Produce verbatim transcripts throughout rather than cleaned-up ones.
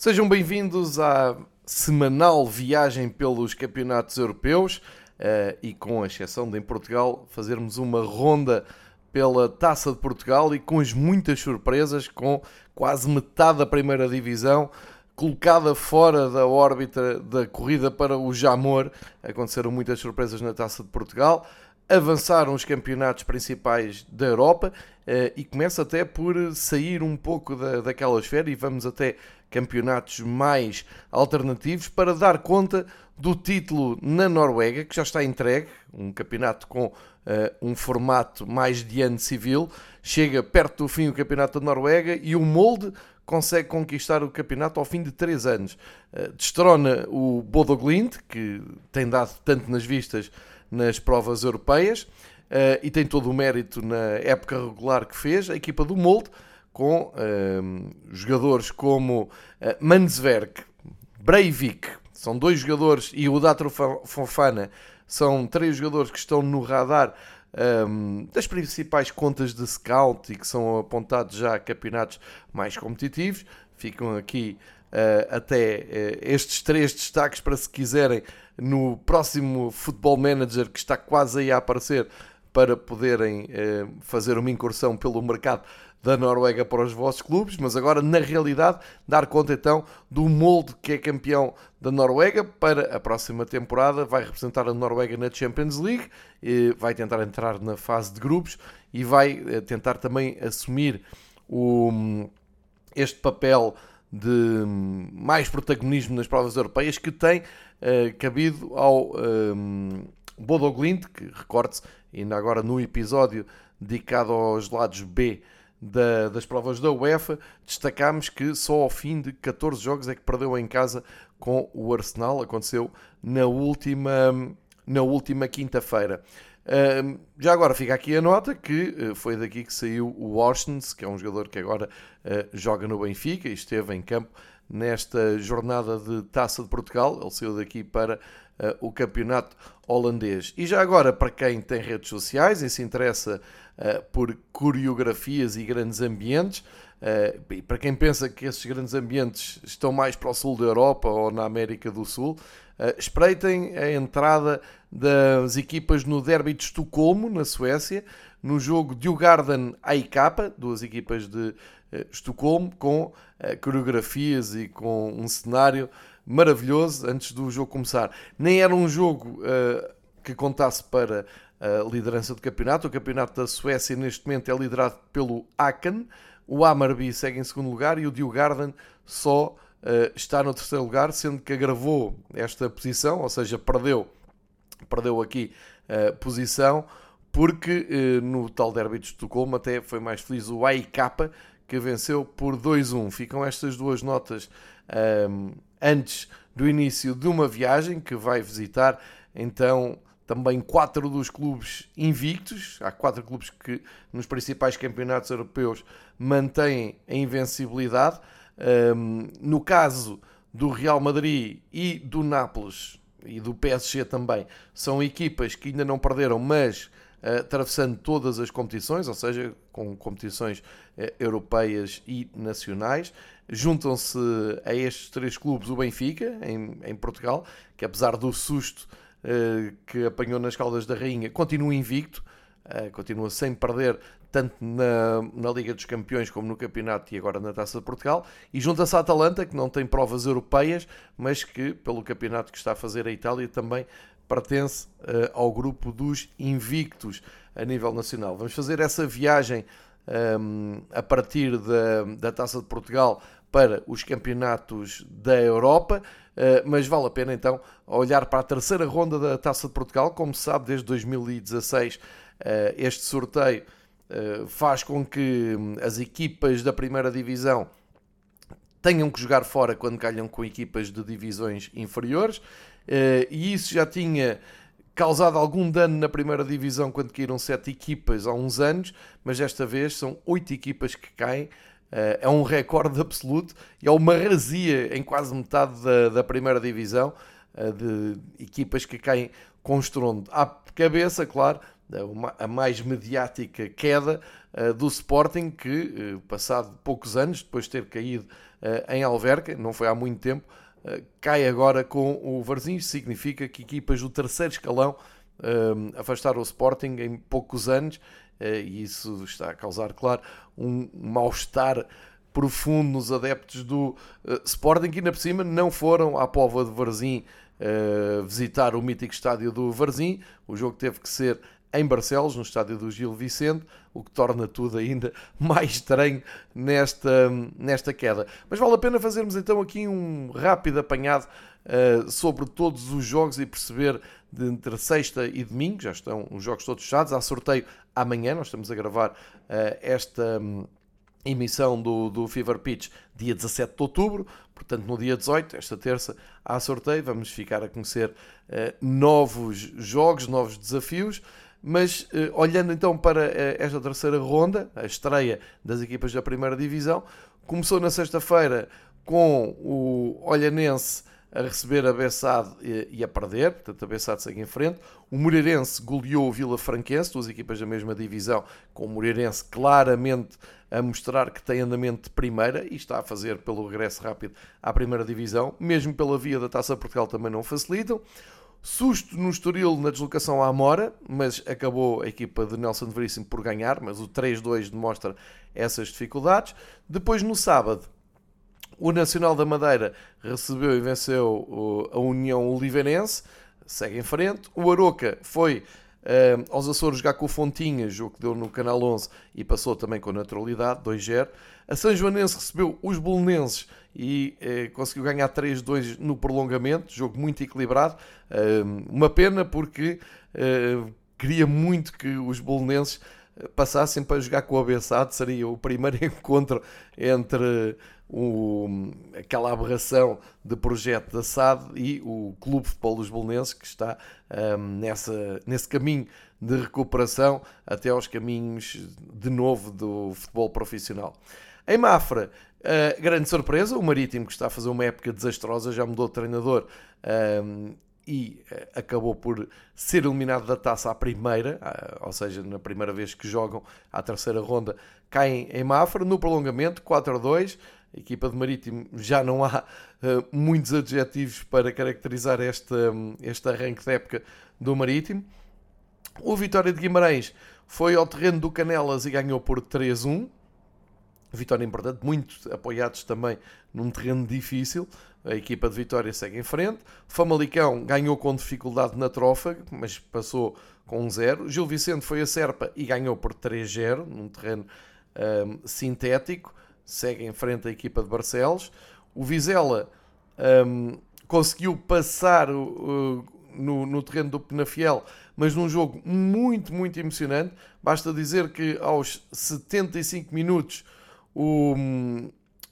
Sejam bem-vindos à semanal viagem pelos campeonatos europeus uh, e, com a exceção de em Portugal, fazermos uma ronda pela Taça de Portugal e com as muitas surpresas, com quase metade da primeira divisão colocada fora da órbita da corrida para o Jamor. Aconteceram muitas surpresas na Taça de Portugal. Avançaram os campeonatos principais da Europa uh, e começa até por sair um pouco da, daquela esfera e vamos até campeonatos mais alternativos para dar conta do título na Noruega, que já está entregue, um campeonato com uh, um formato mais de ano civil. Chega perto do fim o campeonato da Noruega e o Molde consegue conquistar o campeonato ao fim de três anos. Uh, destrona o Bodo Glimt, que tem dado tanto nas vistas nas provas europeias, uh, e tem todo o mérito na época regular que fez. A equipa do Molde, com uh, jogadores como uh, Mansverk, Breivik, são dois jogadores, e o Datro Fofana, são três jogadores que estão no radar um, das principais contas de scout e que são apontados já a campeonatos mais competitivos. Ficam aqui uh, até uh, estes três destaques para, se quiserem, no próximo Football Manager, que está quase aí a aparecer, para poderem uh, fazer uma incursão pelo mercado da Noruega para os vossos clubes. Mas agora, na realidade, dar conta então do Molde, que é campeão da Noruega. Para a próxima temporada vai representar a Noruega na Champions League, vai tentar entrar na fase de grupos e vai tentar também assumir o, este papel de mais protagonismo nas provas europeias que tem uh, cabido ao um, Bodo Glimt, que, recorde-se, ainda agora no episódio dedicado aos lados B Da, das provas da UEFA, destacámos que só ao fim de catorze jogos é que perdeu em casa com o Arsenal. Aconteceu na última, na última quinta-feira. Uh, já agora fica aqui a nota que uh, foi daqui que saiu o Orsens, que é um jogador que agora uh, joga no Benfica e esteve em campo nesta jornada de Taça de Portugal. Ele saiu daqui para uh, o campeonato holandês. E já agora, para quem tem redes sociais e se interessa uh, por coreografias e grandes ambientes, uh, e para quem pensa que esses grandes ambientes estão mais para o sul da Europa ou na América do Sul, uh, espreitem a entrada das equipas no Derby de Estocolmo, na Suécia, no jogo Djurgården-A I K, duas equipas de uh, Estocolmo, com uh, coreografias e com um cenário maravilhoso antes do jogo começar. Nem era um jogo uh, que contasse para a liderança do campeonato. O campeonato da Suécia neste momento é liderado pelo Aken, o Hammarby segue em segundo lugar e o Djurgården só uh, está no terceiro lugar, sendo que agravou esta posição, ou seja, perdeu, perdeu aqui a uh, posição, porque uh, no tal derby de Estocolmo até foi mais feliz o A I K, que venceu por dois a um. Ficam estas duas notas um, antes do início de uma viagem que vai visitar então também quatro dos clubes invictos. Há quatro clubes que nos principais campeonatos europeus mantêm a invencibilidade. Um, no caso do Real Madrid e do Nápoles e do P S G também, são equipas que ainda não perderam, mas Uh, atravessando todas as competições, ou seja, com competições uh, europeias e nacionais. Juntam-se a estes três clubes o Benfica, em, em Portugal, que apesar do susto uh, que apanhou nas Caldas da Rainha, continua invicto, uh, continua sem perder, tanto na, na Liga dos Campeões como no Campeonato e agora na Taça de Portugal. E junta-se a Atalanta, que não tem provas europeias, mas que, pelo campeonato que está a fazer a Itália, também pertence uh, ao grupo dos invictos a nível nacional. Vamos fazer essa viagem um, a partir da, da Taça de Portugal para os campeonatos da Europa, uh, mas vale a pena então olhar para a terceira ronda da Taça de Portugal. Como se sabe, desde dois mil e dezasseis uh, este sorteio uh, faz com que as equipas da primeira divisão tenham que jogar fora quando calham com equipas de divisões inferiores. Uh, e isso já tinha causado algum dano na primeira divisão quando caíram sete equipas há uns anos, mas desta vez são oito equipas que caem. Uh, é um recorde absoluto e é uma razia em quase metade da, da primeira divisão uh, de equipas que caem com estrondo. À cabeça, claro, a mais mediática queda do Sporting, que passado poucos anos, depois de ter caído em Alverca, não foi há muito tempo, cai agora com o Varzim. Isso significa que equipas do terceiro escalão afastaram o Sporting em poucos anos, e isso está a causar, claro, um mal-estar profundo nos adeptos do uh, Sporting, que ainda por cima não foram à Póvoa de Varzim uh, visitar o mítico estádio do Varzim. O jogo teve que ser em Barcelos, no estádio do Gil Vicente, o que torna tudo ainda mais estranho nesta, nesta queda. Mas vale a pena fazermos então aqui um rápido apanhado uh, sobre todos os jogos e perceber de entre sexta e domingo. Já estão os jogos todos fechados. Há sorteio amanhã, nós estamos a gravar uh, esta... Um, emissão do, do Fever Pitch dia dezassete de outubro, portanto no dia dezoito, esta terça, há sorteio. Vamos ficar a conhecer uh, novos jogos, novos desafios, mas uh, olhando então para uh, esta terceira ronda, a estreia das equipas da primeira divisão, começou na sexta-feira com o Olhanense a receber a Bessade e a perder, portanto a Bessade segue em frente. O Moreirense goleou o Vila Franquense, duas equipas da mesma divisão, com o Moreirense claramente a mostrar que tem andamento de primeira e está a fazer pelo regresso rápido à primeira divisão, mesmo pela via da Taça Portugal também não facilitam. Susto no Estoril na deslocação à Amora, mas acabou a equipa de Nelson Veríssimo por ganhar, mas o três dois demonstra essas dificuldades. Depois no sábado, o Nacional da Madeira recebeu e venceu a União Oliveirense, segue em frente. O Aroca foi uh, aos Açores jogar com o Fontinhas, jogo que deu no Canal onze e passou também com naturalidade, dois zero. A São Joanense recebeu os Belenenses e uh, conseguiu ganhar três dois no prolongamento, jogo muito equilibrado. Uh, uma pena porque uh, queria muito que os Belenenses passassem para jogar com o Bessade, seria o primeiro encontro entre o, aquela aberração de projeto da S A D e o Clube de Futebol dos Belenenses, que está um, nessa, nesse caminho de recuperação até aos caminhos de novo do futebol profissional. Em Mafra, uh, grande surpresa, o Marítimo, que está a fazer uma época desastrosa, já mudou de treinador, um, e acabou por ser eliminado da taça à primeira, ou seja, na primeira vez que jogam à terceira ronda, caem em Mafra, no prolongamento, quatro a dois. A equipa de Marítimo, já não há uh, muitos adjetivos para caracterizar este, um, este arranque da época do Marítimo. O Vitória de Guimarães foi ao terreno do Canelas e ganhou por três a um. Vitória importante, muito apoiados também num terreno difícil. A equipa de Vitória segue em frente. Famalicão ganhou com dificuldade na Trófaga, mas passou com um zero. Gil Vicente foi a Serpa e ganhou por três a zero, num terreno um, sintético. Segue em frente a equipa de Barcelos. O Vizela um, conseguiu passar uh, no, no terreno do Penafiel, mas num jogo muito, muito emocionante. Basta dizer que aos setenta e cinco minutos o... Um,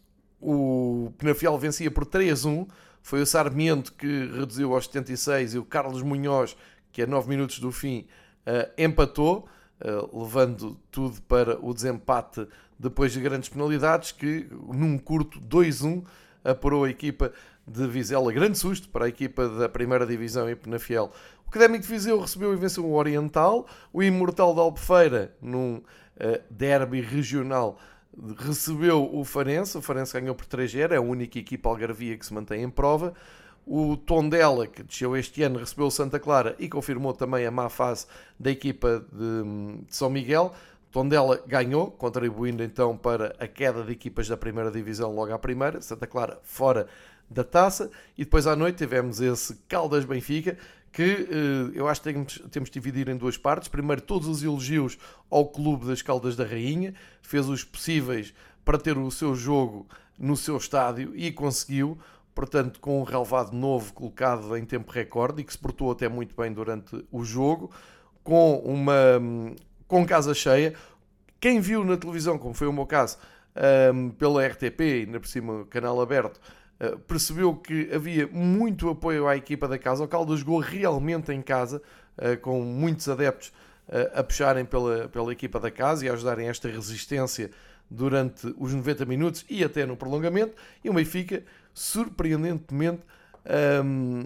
O Penafiel vencia por três a um. Foi o Sarmiento que reduziu aos setenta e seis e o Carlos Munhoz, que a nove minutos do fim, empatou, levando tudo para o desempate depois de grandes penalidades, que num curto dois a um apurou a equipa de Vizela. Grande susto para a equipa da primeira divisão em Penafiel. O Académico de Viseu recebeu e venceu o Oriental. O Imortal de Albufeira, num derby regional, recebeu o Farense. O Farense ganhou por três a zero, é a única equipa algarvia que se mantém em prova. O Tondela, que desceu este ano, recebeu o Santa Clara e confirmou também a má fase da equipa de, de São Miguel. Tondela ganhou, contribuindo então para a queda de equipas da primeira divisão logo à primeira. Santa Clara fora da taça. E depois à noite tivemos esse Caldas-Benfica, que eu acho que temos, temos de dividir em duas partes. Primeiro, todos os elogios ao Clube das Caldas da Rainha. Fez os possíveis para ter o seu jogo no seu estádio e conseguiu, portanto, com um relevado novo colocado em tempo recorde e que se portou até muito bem durante o jogo, com uma com casa cheia. Quem viu na televisão, como foi o meu caso, pela R T P, ainda por cima canal aberto, Uh, percebeu que havia muito apoio à equipa da casa. O Caldas jogou realmente em casa, uh, com muitos adeptos uh, a puxarem pela, pela equipa da casa e a ajudarem esta resistência durante os noventa minutos e até no prolongamento. E o Benfica, surpreendentemente, um,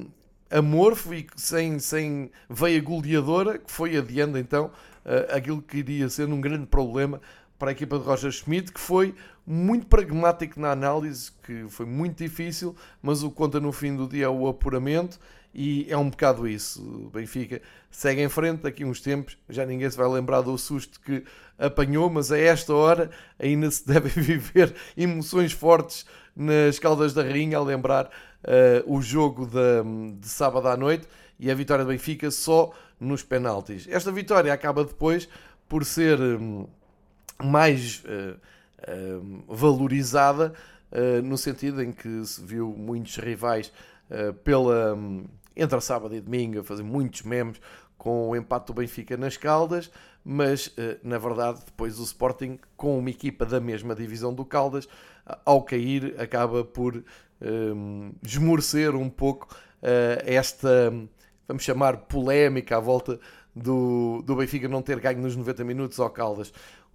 amorfo e sem, sem veia goleadora, que foi adiando então uh, aquilo que iria ser um grande problema para a equipa de Roger Schmidt, que foi muito pragmático na análise, que foi muito difícil, mas o que conta no fim do dia é o apuramento, e é um bocado isso. O Benfica segue em frente, daqui a uns tempos já ninguém se vai lembrar do susto que apanhou, mas a esta hora ainda se devem viver emoções fortes nas Caldas da Rainha, a lembrar uh, o jogo de, de sábado à noite e a vitória do Benfica só nos penaltis. Esta vitória acaba depois por ser um, mais uh, uh, valorizada uh, no sentido em que se viu muitos rivais uh, pela, um, entre sábado e domingo a fazer muitos memes com o empate do Benfica nas Caldas, mas na verdade depois o Sporting, com uma equipa da mesma divisão do Caldas, ao cair acaba por um, esmorecer um pouco uh, esta, vamos chamar, polémica à volta do, do Benfica não ter ganho nos noventa minutos ao Caldas.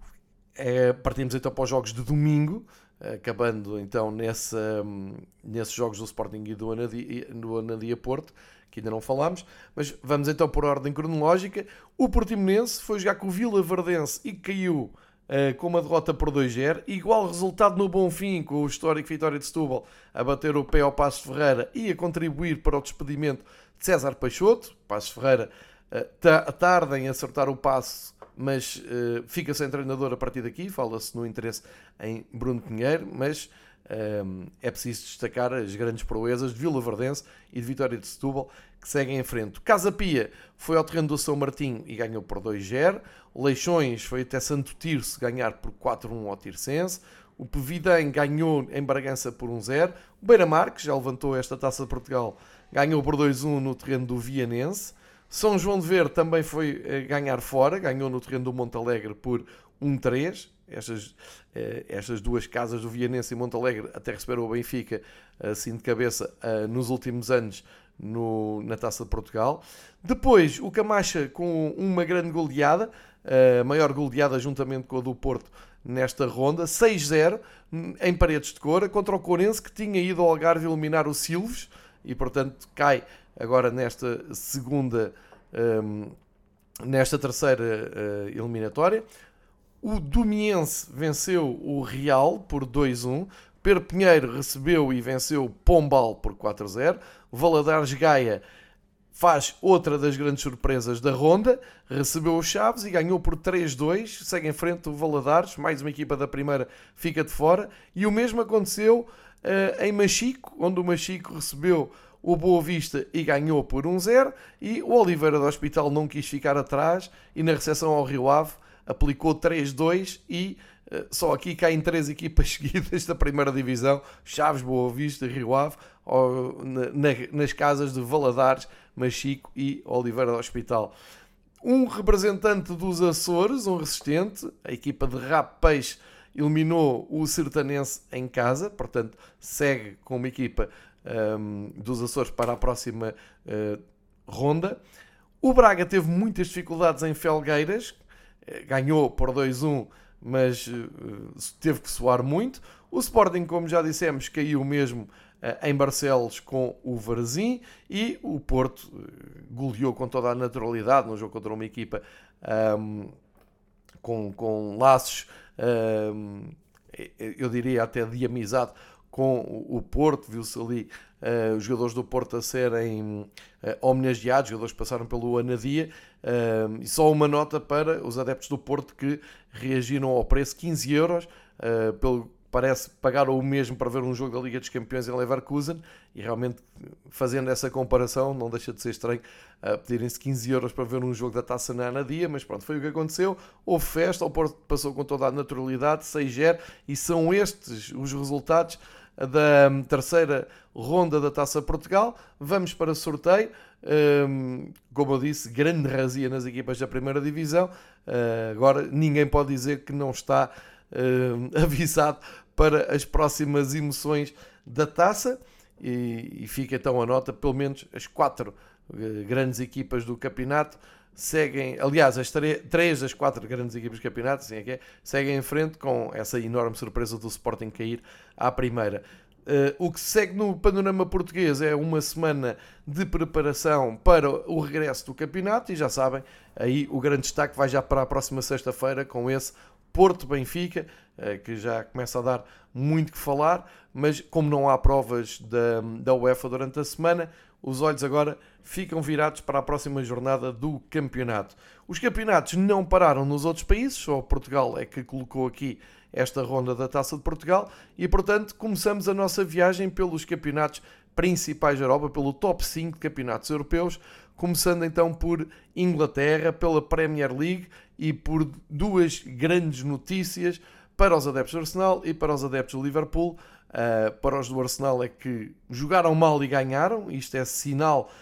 É, partimos então para os jogos de domingo, acabando então nessa, nesses jogos do Sporting e do Anadia, do Anadia Porto, que ainda não falámos, mas vamos então por ordem cronológica. O Portimonense foi jogar com o Vila Verdense e caiu uh, com uma derrota por dois zero, igual resultado no Bonfim, com o histórico Vitória de Setúbal a bater o pé ao Passos Ferreira e a contribuir para o despedimento de César Peixoto. Passos Ferreira uh, tarda em acertar o passo, mas uh, fica sem treinador a partir daqui. Fala-se no interesse em Bruno Pinheiro, mas um, é preciso destacar as grandes proezas de Vila Verdense e de Vitória de Setúbal, que seguem em frente. Casa Pia foi ao terreno do São Martinho e ganhou por dois zero. Leixões foi até Santo Tirso ganhar por quatro a um ao Tirsense. O Pevidém ganhou em Bragança por um zero. O Beira-Mar, que já levantou esta Taça de Portugal, ganhou por dois a um no terreno do Vianense. São João de Verde também foi ganhar fora, ganhou no terreno do Montalegre por um três. Estas, estas duas casas do Vianense e Montalegre até receberam o Benfica assim de cabeça nos últimos anos no, na Taça de Portugal. Depois o Camacha com uma grande goleada, a maior goleada juntamente com a do Porto nesta ronda, seis zero em Paredes de Coura, contra o Courense, que tinha ido ao Algarve eliminar o Silves e portanto cai agora nesta segunda, um, nesta terceira uh, eliminatória. O Domiense venceu o Real por dois a um. Pedro Pinheiro recebeu e venceu o Pombal por quatro a zero. O Valadares Gaia faz outra das grandes surpresas da ronda. Recebeu o Chaves e ganhou por três a dois. Segue em frente o Valadares. Mais uma equipa da primeira fica de fora. E o mesmo aconteceu uh, em Machico, onde o Machico recebeu o Boa Vista e ganhou por um a zero. E o Oliveira do Hospital não quis ficar atrás e na recepção ao Rio Ave aplicou três a dois e uh, só aqui caem três equipas seguidas da primeira divisão: Chaves, Boa Vista, Rio Ave, ou, na, nas casas de Valadares, Machico e Oliveira do Hospital. Um representante dos Açores, um resistente, a equipa de Rap Peixe, eliminou o Sertanense em casa, portanto segue com uma equipa um, dos Açores para a próxima uh, ronda. O Braga teve muitas dificuldades em Felgueiras, ganhou por dois a um, mas uh, teve que suar muito. O Sporting, como já dissemos, caiu mesmo uh, em Barcelos com o Varzim, e o Porto uh, goleou com toda a naturalidade no jogo contra uma equipa um, com, com laços, um, eu diria até de amizade com o Porto. Viu-se ali uh, os jogadores do Porto a serem uh, homenageados, jogadores que passaram pelo Anadia. Uh, e só uma nota para os adeptos do Porto que reagiram ao preço: quinze euros, uh, pelo parece pagaram o mesmo para ver um jogo da Liga dos Campeões em Leverkusen, e realmente, fazendo essa comparação, não deixa de ser estranho uh, pedirem-se quinze euros para ver um jogo da Taça na Anadia, mas pronto, foi o que aconteceu. Houve festa, o Porto passou com toda a naturalidade, seis zero, e são estes os resultados da terceira ronda da Taça Portugal. Vamos para o sorteio. Um, como eu disse, grande razia nas equipas da primeira divisão. Uh, agora ninguém pode dizer que não está uh, avisado para as próximas emoções da Taça, e, e fica então a nota: pelo menos as quatro uh, grandes equipas do campeonato seguem, aliás, as três das quatro grandes equipas do campeonato, assim é que é, seguem em frente, com essa enorme surpresa do Sporting cair à primeira. Uh, o que segue no panorama português é uma semana de preparação para o regresso do campeonato e já sabem, aí o grande destaque vai já para a próxima sexta-feira com esse Porto-Benfica, uh, que já começa a dar muito que falar, mas como não há provas da, da UEFA durante a semana, os olhos agora ficam virados para a próxima jornada do campeonato. Os campeonatos não pararam nos outros países, só Portugal é que colocou aqui esta ronda da Taça de Portugal e, portanto, começamos a nossa viagem pelos campeonatos principais da Europa, pelo top cinco de campeonatos europeus, começando então por Inglaterra, pela Premier League e por duas grandes notícias para os adeptos do Arsenal e para os adeptos do Liverpool. Uh, para os do Arsenal é que jogaram mal e ganharam, isto é sinal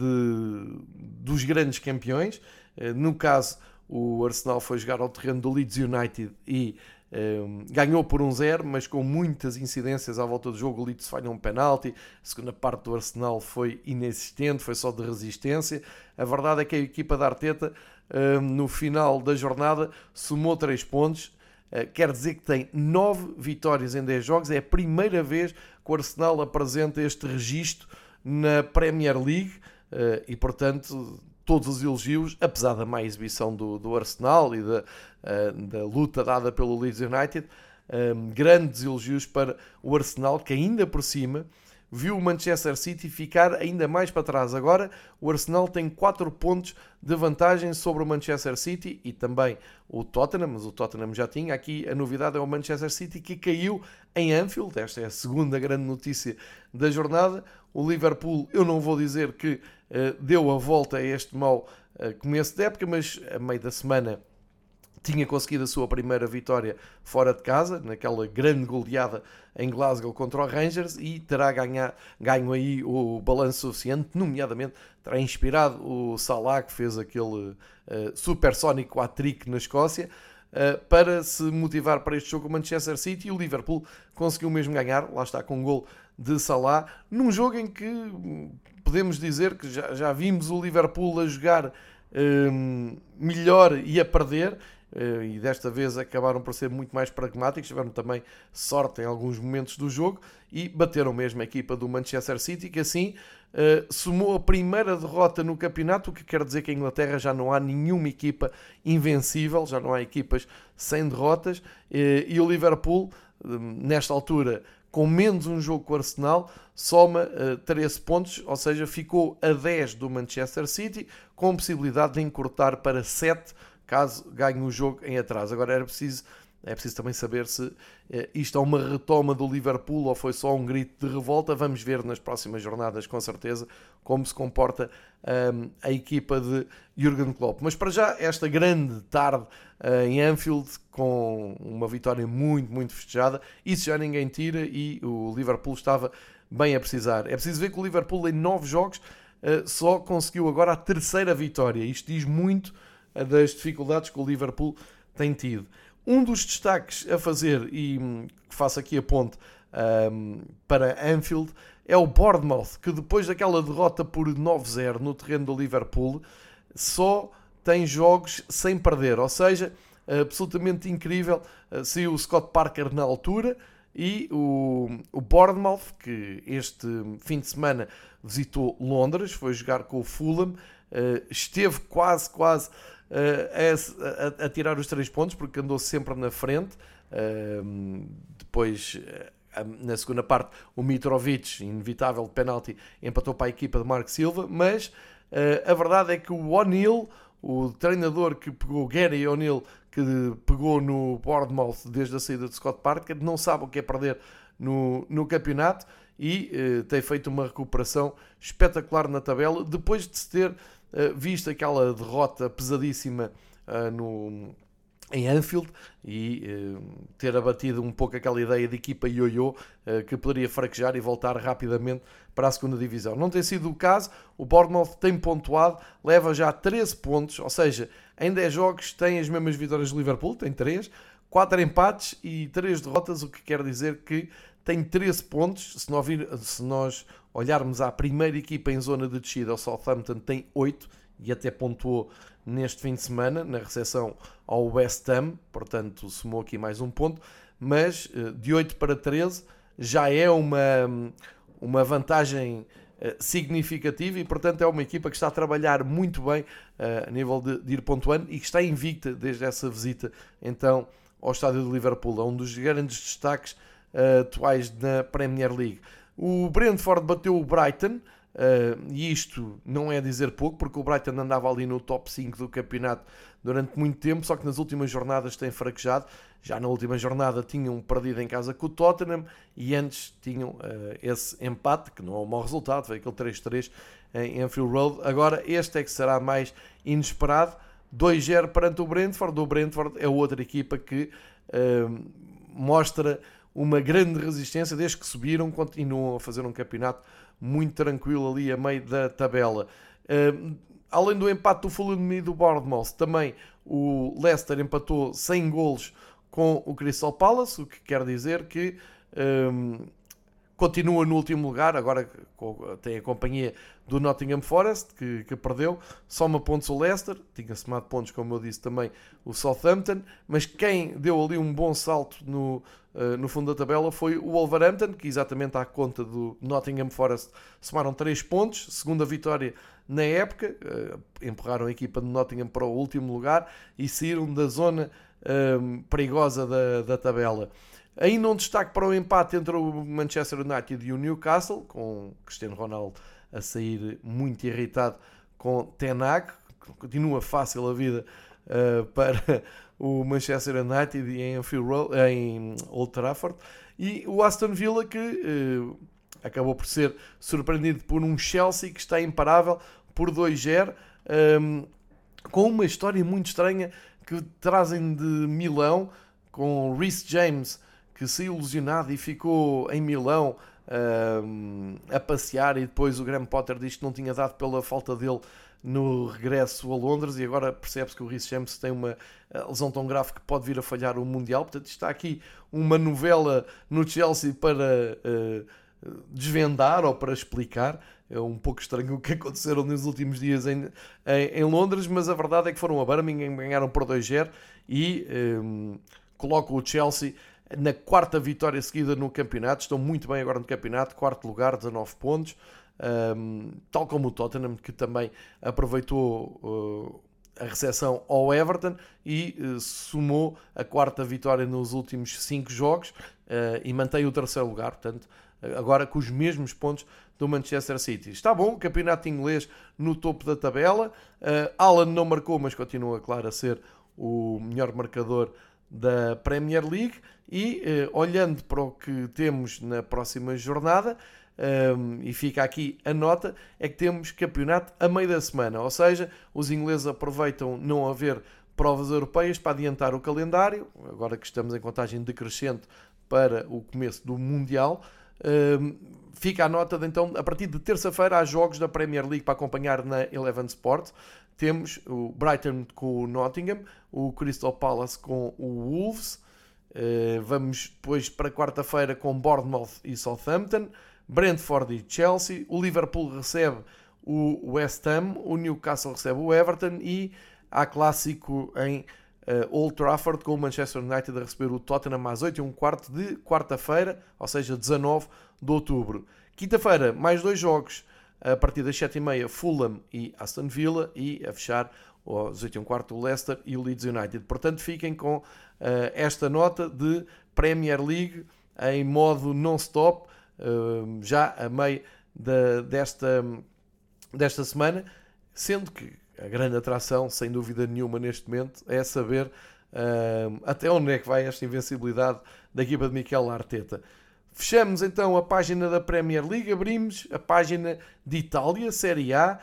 de, dos grandes campeões. Uh, no caso, o Arsenal foi jogar ao terreno do Leeds United e Um, ganhou por um zero, mas com muitas incidências à volta do jogo. O Leeds falhou um penalti, a segunda parte do Arsenal foi inexistente, foi só de resistência. A verdade é que a equipa da Arteta um, no final da jornada somou três pontos, uh, quer dizer que tem nove vitórias em dez jogos. É a primeira vez que o Arsenal apresenta este registro na Premier League uh, e, portanto, todos os elogios, apesar da má exibição do, do Arsenal e da, uh, da luta dada pelo Leeds United, um, grandes elogios para o Arsenal, que ainda por cima viu o Manchester City ficar ainda mais para trás. Agora o Arsenal tem quatro pontos de vantagem sobre o Manchester City e também o Tottenham, mas o Tottenham já tinha. Aqui a novidade é o Manchester City, que caiu em Anfield. Esta é a segunda grande notícia da jornada. O Liverpool, eu não vou dizer que uh, deu a volta a este mau uh, começo de época, mas a meio da semana tinha conseguido a sua primeira vitória fora de casa, naquela grande goleada em Glasgow contra o Rangers, e terá ganhar, ganho aí o balanço suficiente, nomeadamente terá inspirado o Salah, que fez aquele uh, supersónico hat-trick na Escócia, uh, para se motivar para este jogo com o Manchester City. E o Liverpool conseguiu mesmo ganhar, lá está, com um gol de Salah, num jogo em que podemos dizer que já, já vimos o Liverpool a jogar um, melhor e a perder, uh, e desta vez acabaram por ser muito mais pragmáticos, tiveram também sorte em alguns momentos do jogo e bateram mesmo a equipa do Manchester City, que assim uh, somou a primeira derrota no campeonato, o que quer dizer que em Inglaterra já não há nenhuma equipa invencível, já não há equipas sem derrotas, uh, e o Liverpool, uh, nesta altura, com menos um jogo com o Arsenal, soma uh, treze pontos, ou seja, ficou a dez do Manchester City, com possibilidade de encurtar para sete, caso ganhe o jogo em atraso. Agora era preciso, é preciso também saber se uh, isto é uma retoma do Liverpool ou foi só um grito de revolta. Vamos ver nas próximas jornadas, com certeza, como se comporta um, a equipa de Jürgen Klopp. Mas para já, esta grande tarde uh, em Anfield, com uma vitória muito, muito festejada, isso já ninguém tira, e o Liverpool estava bem a precisar. É preciso ver que o Liverpool em nove jogos uh, só conseguiu agora a terceira vitória. Isto diz muito uh, das dificuldades que o Liverpool tem tido. Um dos destaques a fazer, e um, faço aqui a ponte um, para Anfield, é o Bournemouth, que depois daquela derrota por nove zero no terreno do Liverpool, só tem jogos sem perder, ou seja, absolutamente incrível. Saiu o Scott Parker na altura, e o, o Bournemouth, que este fim de semana visitou Londres, foi jogar com o Fulham, esteve quase, quase a, a, a tirar os três pontos, porque andou sempre na frente. Depois, na segunda parte, o Mitrovic, inevitável de penalti, empatou para a equipa de Marco Silva, mas a verdade é que o O'Neill, o treinador que pegou, Gary O'Neill, que pegou no Bournemouth desde a saída de Scott Parker, não sabe o que é perder no, no campeonato, e eh, tem feito uma recuperação espetacular na tabela, depois de se ter eh, visto aquela derrota pesadíssima eh, no, em Anfield, e eh, ter abatido um pouco aquela ideia de equipa ioiô eh, que poderia fraquejar e voltar rapidamente para a segunda divisão. Não tem sido o caso. O Bournemouth tem pontuado, leva já treze pontos, ou seja, em dez jogos tem as mesmas vitórias do Liverpool, tem três, quatro empates e três derrotas, o que quer dizer que tem treze pontos. Se nós, vir, se nós olharmos à primeira equipa em zona de descida, o Southampton tem oito, e até pontuou neste fim de semana, na recepção ao West Ham, portanto somou aqui mais um ponto, mas de oito para treze, já é uma, uma vantagem significativa e, portanto, é uma equipa que está a trabalhar muito bem uh, a nível de, de ir pontuando e que está invicta desde essa visita, então, ao estádio de Liverpool. É um dos grandes destaques uh, atuais na Premier League. O Brentford bateu o Brighton, uh, e isto não é dizer pouco, porque o Brighton andava ali no top cinco do campeonato durante muito tempo, só que nas últimas jornadas tem fraquejado. Já na última jornada tinham perdido em casa com o Tottenham e antes tinham uh, esse empate, que não é um mau resultado, foi aquele três três em Anfield Road. Agora este é que será mais inesperado, dois zero perante o Brentford. O Brentford é outra equipa que uh, mostra uma grande resistência, desde que subiram, continuam a fazer um campeonato muito tranquilo ali a meio da tabela. Uh, além do empate do Fulham e do Bournemouth, também o Leicester empatou sem golos com o Crystal Palace, o que quer dizer que um, continua no último lugar, agora tem a companhia do Nottingham Forest, que, que perdeu, soma pontos o Leicester, tinha somado pontos, como eu disse também, o Southampton, mas quem deu ali um bom salto no, uh, no fundo da tabela foi o Wolverhampton, que exatamente à conta do Nottingham Forest somaram três pontos, segunda vitória na época, uh, empurraram a equipa de Nottingham para o último lugar e saíram da zona Um, perigosa da, da tabela. Ainda um destaque para o empate entre o Manchester United e o Newcastle, com Cristiano Ronaldo a sair muito irritado com Ten Hag. Continua fácil a vida uh, para o Manchester United e em, em Old Trafford. E o Aston Villa, que uh, acabou por ser surpreendido por um Chelsea que está imparável por dois zero, um, com uma história muito estranha que trazem de Milão, com Reece James, que saiu lesionado e ficou em Milão um, a passear, e depois o Graham Potter diz que não tinha dado pela falta dele no regresso a Londres, e agora percebe-se que o Reece James tem uma lesão tão grave que pode vir a falhar o Mundial. Portanto, está aqui uma novela no Chelsea para uh, desvendar ou para explicar. É um pouco estranho o que aconteceram nos últimos dias em, em, em Londres, mas a verdade é que foram a Birmingham, ganharam por dois zero e um, colocam o Chelsea na quarta vitória seguida no campeonato. Estão muito bem agora no campeonato, quarto lugar, dezanove pontos, um, tal como o Tottenham, que também aproveitou uh, a recepção ao Everton e uh, somou a quarta vitória nos últimos cinco jogos uh, e mantém o terceiro lugar, portanto, agora com os mesmos pontos do Manchester City. Está bom, o campeonato inglês no topo da tabela. Uh, Alan não marcou, mas continua, claro, a ser o melhor marcador da Premier League. E uh, olhando para o que temos na próxima jornada, um, e fica aqui a nota, é que temos campeonato a meio da semana, ou seja, os ingleses aproveitam não haver provas europeias para adiantar o calendário, agora que estamos em contagem decrescente para o começo do Mundial. Um, fica a nota de, então, a partir de terça-feira há jogos da Premier League para acompanhar na Eleven Sport. Temos o Brighton com o Nottingham, o Crystal Palace com o Wolves, uh, vamos depois para quarta-feira com Bournemouth e Southampton, Brentford e Chelsea, o Liverpool recebe o West Ham, o Newcastle recebe o Everton e há clássico em Uh, Old Trafford com o Manchester United a receber o Tottenham às oito e um quarto de quarta-feira, ou seja, dezanove de outubro. Quinta-feira, mais dois jogos, a partir das sete e meia, Fulham e Aston Villa, e a fechar às oito e um quarto o Leicester e o Leeds United. Portanto, fiquem com uh, esta nota de Premier League em modo non-stop, uh, já a meio de, desta, desta semana, sendo que a grande atração, sem dúvida nenhuma, neste momento, é saber uh, até onde é que vai esta invencibilidade da equipa de Mikel Arteta. Fechamos então a página da Premier League, abrimos a página de Itália, Série A,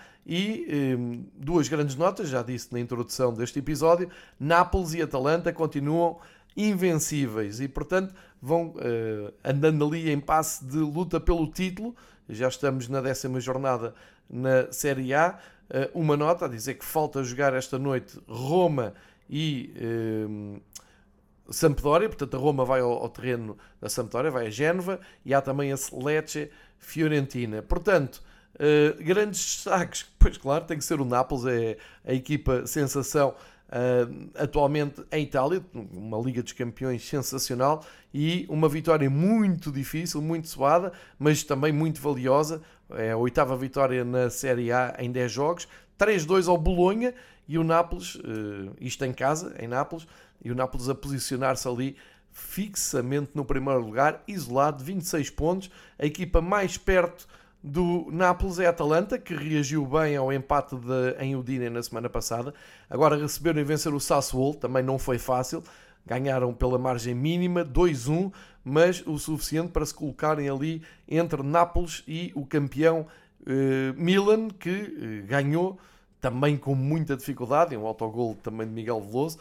e um, duas grandes notas, já disse na introdução deste episódio: Nápoles e Atalanta continuam invencíveis e, portanto, vão uh, andando ali em passe de luta pelo título. Já estamos na décima jornada na Série A. Uh, uma nota a dizer que falta jogar esta noite Roma e uh, Sampdoria, portanto a Roma vai ao, ao terreno da Sampdoria, vai a Génova, e há também a Lecce Fiorentina. Portanto, uh, grandes destaques, pois claro, tem que ser o Nápoles, é a equipa sensação uh, atualmente em Itália, uma Liga dos Campeões sensacional e uma vitória muito difícil, muito suada, mas também muito valiosa. É a oitava vitória na Série A em dez jogos, três a dois ao Bolonha e o Nápoles, uh, isto em casa, em Nápoles, e o Nápoles a posicionar-se ali fixamente no primeiro lugar, isolado, vinte e seis pontos. A equipa mais perto do Nápoles é a Atalanta, que reagiu bem ao empate de, em Udine na semana passada. Agora receberam e vencer o Sassuolo, também não foi fácil. Ganharam pela margem mínima, dois a um, mas o suficiente para se colocarem ali entre Nápoles e o campeão eh, Milan, que eh, ganhou também com muita dificuldade, um autogol também de Miguel Veloso,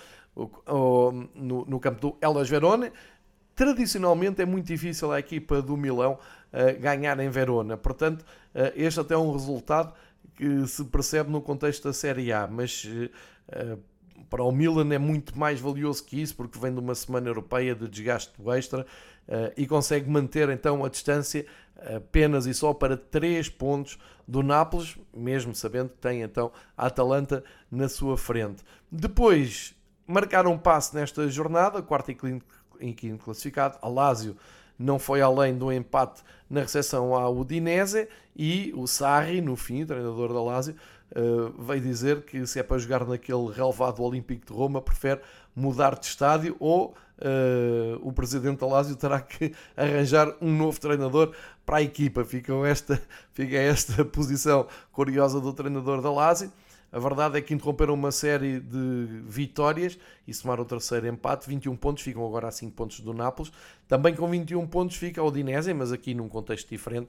no, no campo do Hellas Verona. Tradicionalmente é muito difícil a equipa do Milão uh, ganhar em Verona, portanto uh, este até é um resultado que se percebe no contexto da Série A, mas uh, para o Milan é muito mais valioso que isso, porque vem de uma semana europeia de desgaste extra uh, e consegue manter então a distância apenas e só para três pontos do Nápoles, mesmo sabendo que tem então a Atalanta na sua frente. Depois marcaram um passo nesta jornada, quarto e quinto classificado. A Lazio não foi além do empate na recepção à Udinese e o Sarri, no fim, o treinador da Lazio, veio dizer que se é para jogar naquele relevado Olímpico de Roma, prefere mudar de estádio ou uh, o presidente da Lazio terá que arranjar um novo treinador para a equipa. Fica esta, fica esta posição curiosa do treinador da Lazio. A verdade é que interromperam uma série de vitórias e somaram o terceiro empate, vinte e um pontos, ficam agora a cinco pontos do Nápoles. Também com vinte e um pontos fica o Udinese, mas aqui num contexto diferente.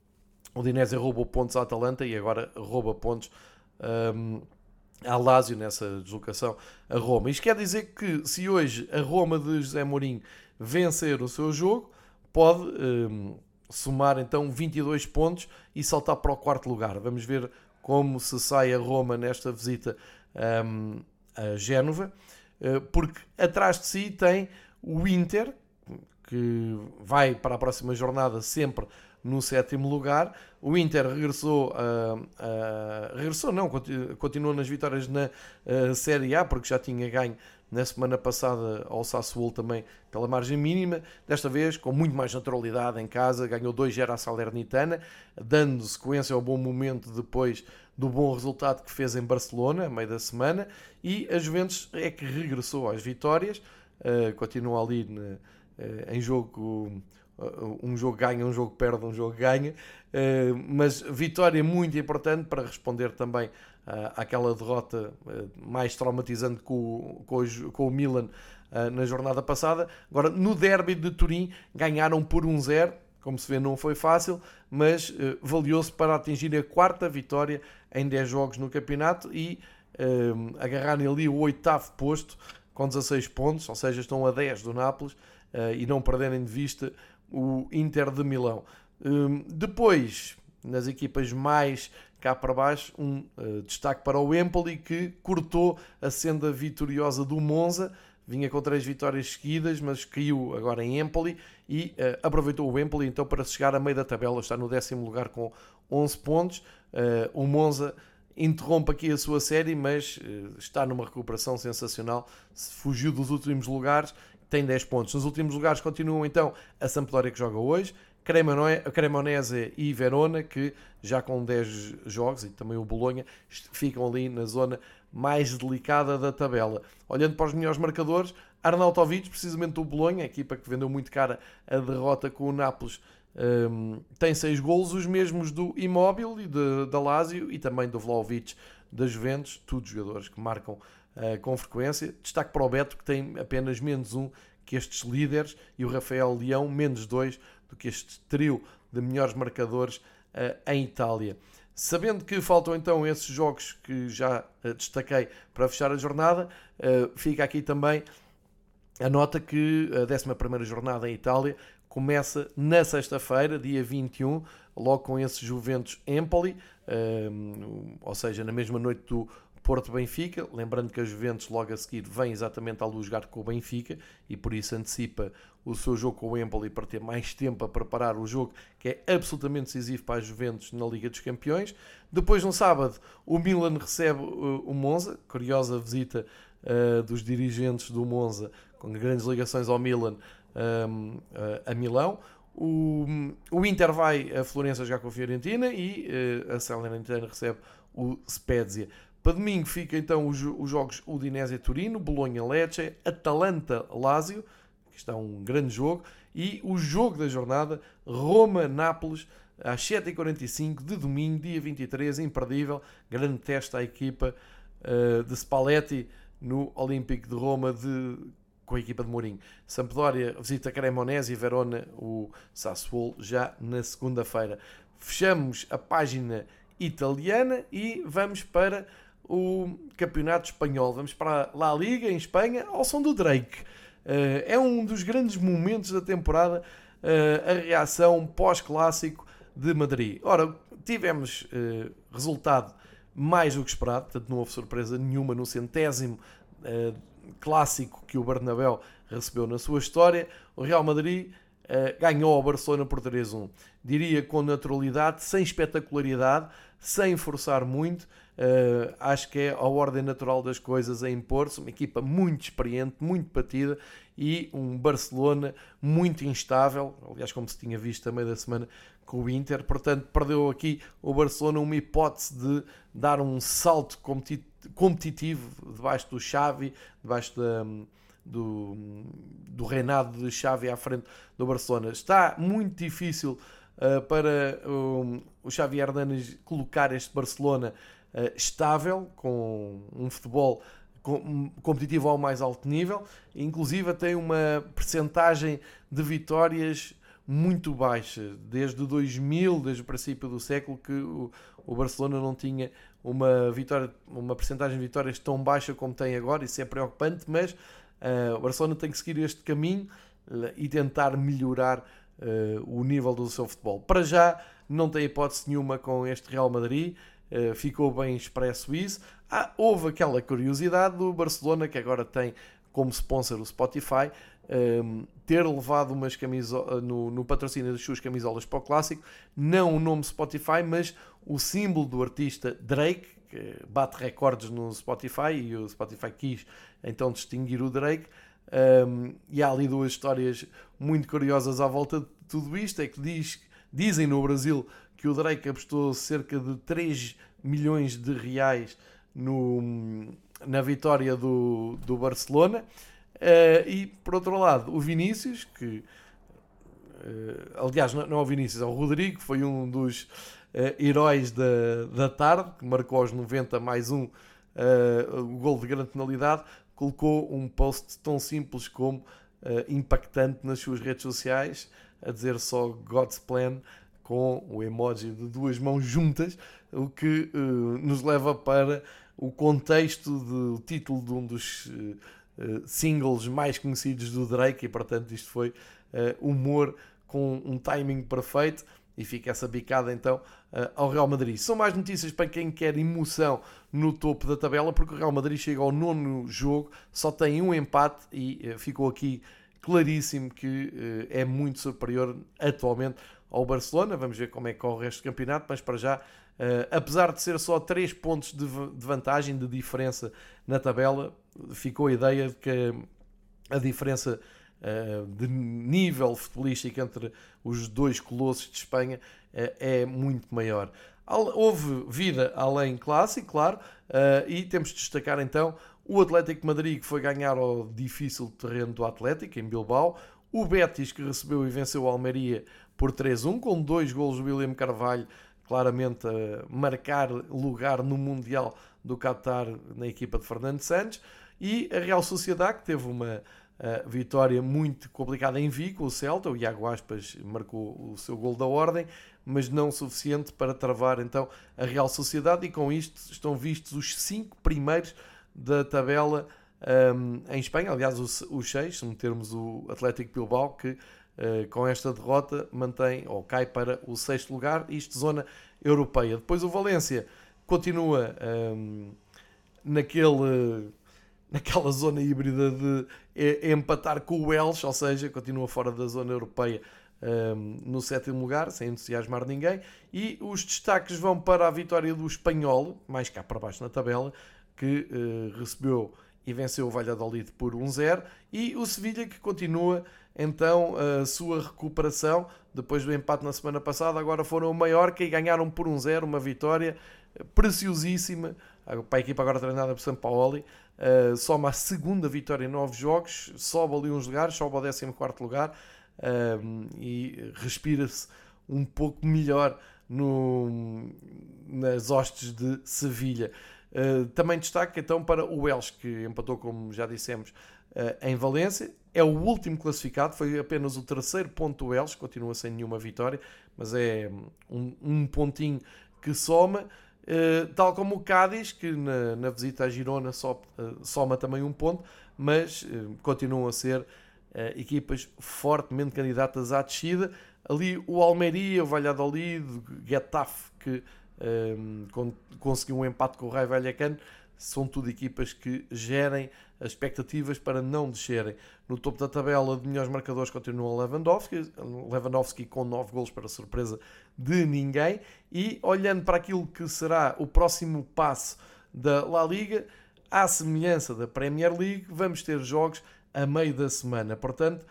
O Udinese roubou pontos à Atalanta e agora rouba pontos um, à Lazio nessa deslocação a Roma. Isto quer dizer que se hoje a Roma de José Mourinho vencer o seu jogo, pode um, somar então vinte e dois pontos e saltar para o quarto lugar. Vamos ver como se sai a Roma nesta visita um, a Génova, porque atrás de si tem o Inter, que vai para a próxima jornada sempre no sétimo lugar. O Inter regressou, a, a, regressou não, continuou nas vitórias na a, Série A, porque já tinha ganho na semana passada ao Sassuolo também pela margem mínima, desta vez com muito mais naturalidade em casa, ganhou dois a zero à Salernitana, dando sequência ao bom momento depois do bom resultado que fez em Barcelona, a meio da semana, e a Juventus é que regressou às vitórias, uh, continua ali na, uh, em jogo, uh, um jogo ganha, um jogo perde, um jogo ganha, uh, mas vitória muito importante para responder também Uh, aquela derrota uh, mais traumatizante com, com, o, com o Milan uh, na jornada passada. Agora, no derby de Turim, ganharam por um a zero, como se vê não foi fácil, mas uh, valioso para atingir a quarta vitória em dez jogos no campeonato e uh, agarrarem ali o oitavo posto com dezasseis pontos, ou seja, estão a dez do Nápoles uh, e não perderem de vista o Inter de Milão. Uh, depois, nas equipas mais cá para baixo, um uh, destaque para o Empoli, que cortou a senda vitoriosa do Monza, vinha com três vitórias seguidas, mas caiu agora em Empoli e uh, aproveitou o Empoli então para chegar a meio da tabela, está no décimo lugar com onze pontos. Uh, o Monza interrompe aqui a sua série, mas uh, está numa recuperação sensacional, fugiu dos últimos lugares, tem dez pontos. Nos últimos lugares continuam então a Sampdoria, que joga hoje, Cremonese e Verona, que já com dez jogos, e também o Bolonha, ficam ali na zona mais delicada da tabela. Olhando para os melhores marcadores, Arnautovic, precisamente do Bolonha, a equipa que vendeu muito cara a derrota com o Nápoles, um, tem seis golos, os mesmos do Immobile, de, da Lazio e também do Vlahovic da Juventus, todos jogadores que marcam uh, com frequência. Destaque para o Beto, que tem apenas menos um que estes líderes, e o Rafael Leão menos dois do que este trio de melhores marcadores uh, em Itália. Sabendo que faltam então esses jogos que já uh, destaquei para fechar a jornada, uh, fica aqui também a nota que a décima primeira jornada em Itália começa na sexta-feira, dia vinte e um, logo com esse Juventus-Empoli, uh, ou seja, na mesma noite do Porto-Benfica, lembrando que a Juventus logo a seguir vem exatamente à luz jogar com o Benfica e por isso antecipa o seu jogo com o Empoli para ter mais tempo a preparar o jogo, que é absolutamente decisivo para a Juventus na Liga dos Campeões. Depois, no sábado, o Milan recebe o Monza, curiosa visita uh, dos dirigentes do Monza, com grandes ligações ao Milan, um, uh, a Milão. O, o Inter vai a Florença jogar com a Fiorentina e uh, a Salernitana recebe o Spezia. Para domingo fica então os, os jogos Udinese-Turino, Bolonha-Lecce, Atalanta-Lazio, que está um grande jogo, e o jogo da jornada, Roma-Nápoles, às sete e quarenta e cinco de domingo, dia vinte e três, imperdível, grande teste à equipa uh, de Spalletti no Olímpico de Roma de, com a equipa de Mourinho. Sampdoria visita Cremonese e Verona o Sassuolo já na segunda-feira. Fechamos a página italiana e vamos para o Campeonato Espanhol. Vamos para a La Liga em Espanha ao som do Drake. Uh, é um dos grandes momentos da temporada, uh, a reação pós-clássico de Madrid. Ora, tivemos uh, resultado mais do que esperado, portanto não houve surpresa nenhuma no centésimo uh, clássico que o Bernabéu recebeu na sua história. O Real Madrid uh, ganhou ao Barcelona por três a um. Diria com naturalidade, sem espetacularidade, sem forçar muito. Uh, acho que é a ordem natural das coisas a impor-se. Uma equipa muito experiente, muito batida e um Barcelona muito instável, aliás como se tinha visto também da semana com o Inter. Portanto, perdeu aqui o Barcelona uma hipótese de dar um salto competitivo debaixo do Xavi, debaixo da, do, do reinado de Xavi à frente do Barcelona. Está muito difícil uh, para um, o Xavi Hernández colocar este Barcelona Uh, estável, com um futebol com, competitivo ao mais alto nível, inclusive tem uma percentagem de vitórias muito baixa. Desde dois mil, desde o princípio do século, que o, o Barcelona não tinha uma, vitória, uma percentagem de vitórias tão baixa como tem agora. Isso é preocupante, mas uh, o Barcelona tem que seguir este caminho uh, e tentar melhorar uh, o nível do seu futebol. Para já, não tem hipótese nenhuma com este Real Madrid. Uh, ficou bem expresso isso. Ah, houve aquela curiosidade do Barcelona, que agora tem como sponsor o Spotify, um, ter levado umas camisolas no, no patrocínio das suas camisolas para o Clássico, não o nome Spotify, mas o símbolo do artista Drake, que bate recordes no Spotify, e o Spotify quis então distinguir o Drake. Um, e há ali duas histórias muito curiosas à volta de tudo isto. É que diz, dizem no Brasil que o Drake apostou cerca de três milhões de reais no, na vitória do, do Barcelona. Uh, e, por outro lado, o Vinícius, que, uh, aliás, não, não é o Vinícius, é o Rodrigo, foi um dos uh, heróis da, da tarde, que marcou aos noventa mais um uh, o gol de grande penalidade, colocou um post tão simples como uh, impactante nas suas redes sociais, a dizer só God's Plan, com o emoji de duas mãos juntas, o que uh, nos leva para o contexto do título de um dos uh, uh, singles mais conhecidos do Drake, e portanto isto foi uh, humor com um timing perfeito, e fica essa bicada então uh, ao Real Madrid. São mais notícias para quem quer emoção no topo da tabela, porque o Real Madrid chega ao nono jogo, só tem um empate e uh, ficou aqui claríssimo que uh, é muito superior atualmente ao Barcelona. Vamos ver como é que corre o resto do campeonato, mas para já, uh, apesar de ser só três pontos de, de vantagem, de diferença na tabela, ficou a ideia de que a diferença uh, de nível futebolístico entre os dois colossos de Espanha uh, é muito maior. Houve vida além clássico, claro, uh, e temos de destacar então o Atlético de Madrid, que foi ganhar ao difícil terreno do Atlético, em Bilbao, o Betis, que recebeu e venceu o Almeria por três a um, com dois golos do William Carvalho, claramente a marcar lugar no Mundial do Qatar na equipa de Fernando Santos, e a Real Sociedade, que teve uma uh, vitória muito complicada em Vigo, o Celta. O Iago Aspas marcou o seu gol da ordem, mas não o suficiente para travar então a Real Sociedade, e com isto estão vistos os cinco primeiros da tabela um, em Espanha. Aliás, os, os seis, se metermos o Atlético Bilbao, que uh, com esta derrota mantém ou cai para o sexto lugar, isto zona europeia. Depois o Valência continua um, naquele, naquela zona híbrida de é, empatar com o Elche, ou seja, continua fora da zona europeia um, no sétimo lugar, sem entusiasmar ninguém. E os destaques vão para a vitória do Espanhol, mais cá para baixo na tabela, que uh, recebeu e venceu o Valladolid por um zero, e o Sevilha que continua então a sua recuperação depois do empate na semana passada. Agora foram o Mallorca e ganharam por um zero, uma vitória preciosíssima para a equipa agora treinada por Sampaoli. Uh, soma a segunda vitória em nove jogos, sobe ali uns lugares, sobe ao décimo quarto lugar, uh, e respira-se um pouco melhor no, nas hostes de Sevilha. Uh, também destaque então para o Elche, que empatou, como já dissemos, uh, em Valência. É o último classificado, foi apenas o terceiro ponto do Elche, continua sem nenhuma vitória, mas é um, um pontinho que soma. Uh, tal como o Cádiz, que na, na visita à Girona só, uh, soma também um ponto, mas uh, continuam a ser uh, equipas fortemente candidatas à descida. Ali o Almeria, o Valladolid, o Getafe, que um, con- conseguiu um empate com o Rayo Vallecano, são tudo equipas que gerem as expectativas para não descerem. No topo da tabela de melhores marcadores continua Lewandowski, Lewandowski com nove golos para surpresa de ninguém. E olhando para aquilo que será o próximo passo da La Liga, à semelhança da Premier League, vamos ter jogos a meio da semana. Portanto,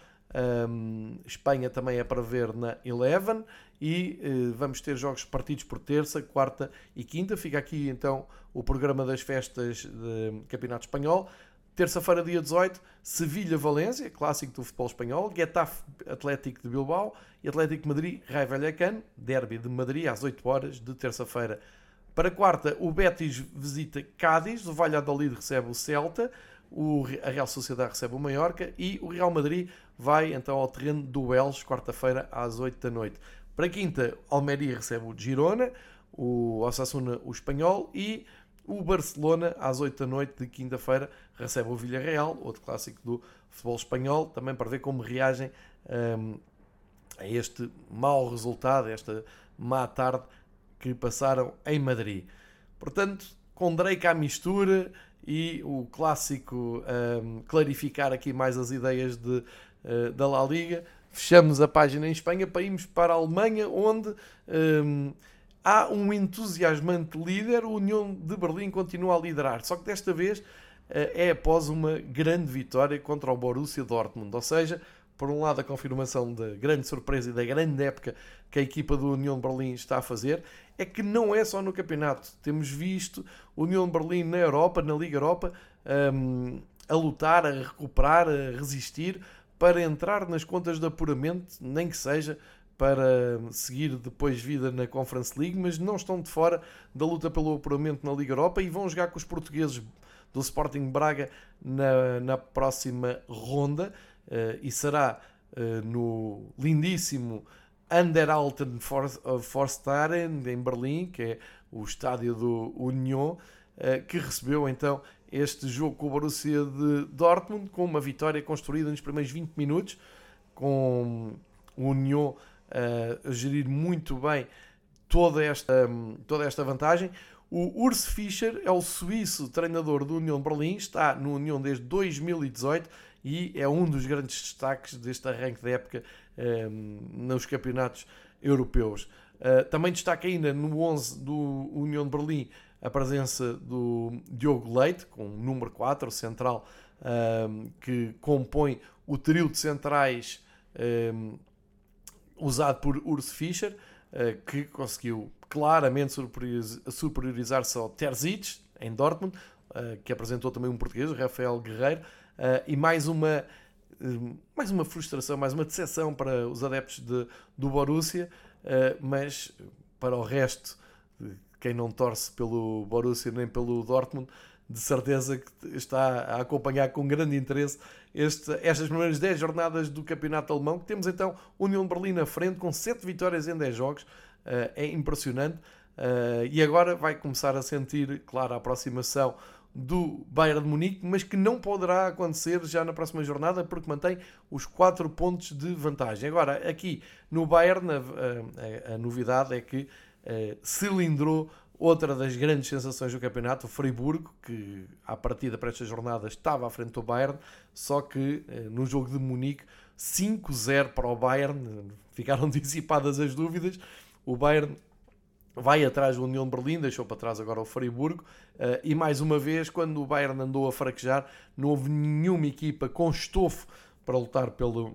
um, Espanha também é para ver na Eleven, e uh, vamos ter jogos partidos por terça, quarta e quinta. Fica aqui então o programa das festas do Campeonato Espanhol. Terça-feira, dia dezoito, Sevilha-Valência, clássico do futebol espanhol. Getafe, Atlético de Bilbao, e Atlético de Madrid, Rayo Vallecano, derby de Madrid às oito horas de terça-feira. Para quarta, o Betis visita Cádiz, o Valladolid recebe o Celta, o, a Real Sociedade recebe o Mallorca, e o Real Madrid vai então ao terreno do Elche, quarta-feira às oito da noite. Para quinta, Almeria recebe o Girona, o Osasuna o Espanhol, e o Barcelona às oito da noite de quinta-feira recebe o Villarreal, outro clássico do futebol espanhol, também para ver como reagem um, a este mau resultado, esta má tarde que passaram em Madrid. Portanto, com Drake à mistura e o clássico um, clarificar aqui mais as ideias de, uh, da La Liga, fechamos a página em Espanha para irmos para a Alemanha, onde um, há um entusiasmante líder. O União de Berlim continua a liderar, só que desta vez uh, é após uma grande vitória contra o Borussia Dortmund. Ou seja, por um lado a confirmação da grande surpresa e da grande época que a equipa do União de Berlim está a fazer, é que não é só no campeonato. Temos visto o União de Berlim na Europa, na Liga Europa, um, a lutar, a recuperar, a resistir, para entrar nas contas de apuramento, nem que seja para seguir depois vida na Conference League, mas não estão de fora da luta pelo apuramento na Liga Europa, e vão jogar com os portugueses do Sporting Braga na, na próxima ronda, uh, e será uh, no lindíssimo Anderalten Forstaren, em Berlim, que é o estádio do Union, uh, que recebeu então este jogo com o Borussia de Dortmund, com uma vitória construída nos primeiros vinte minutos, com o Union uh, a gerir muito bem toda esta, um, toda esta vantagem. O Urs Fischer é o suíço treinador do União de Berlim, está no União desde dois mil e dezoito e é um dos grandes destaques deste arranque da época um, nos campeonatos europeus. Uh, também destaca ainda no onze do União de Berlim a presença do Diogo Leite, com o número quatro, central, um, que compõe o trio de centrais um, usado por Urs Fischer, uh, que conseguiu claramente superiorizar-se ao Terzic, em Dortmund, uh, que apresentou também um português, o Rafael Guerreiro, uh, e mais uma, uh, mais uma frustração, mais uma decepção para os adeptos de, do Borussia, uh, mas para o resto, quem não torce pelo Borussia nem pelo Dortmund, de certeza que está a acompanhar com grande interesse este, estas primeiras dez jornadas do campeonato alemão, que temos então União de Berlim na frente, com sete vitórias em dez jogos, uh, é impressionante, uh, e agora vai começar a sentir, claro, a aproximação do Bayern de Munique, mas que não poderá acontecer já na próxima jornada, porque mantém os quatro pontos de vantagem. Agora, aqui no Bayern, a, a, a novidade é que uh, cilindrou outra das grandes sensações do campeonato, o Friburgo, que à partida para esta jornada estava à frente do Bayern, só que uh, no jogo de Munique, cinco zero para o Bayern, ficaram dissipadas as dúvidas. O Bayern vai atrás do União de Berlim, deixou para trás agora o Friburgo, uh, e mais uma vez, quando o Bayern andou a fraquejar, não houve nenhuma equipa com estofo para lutar pelo,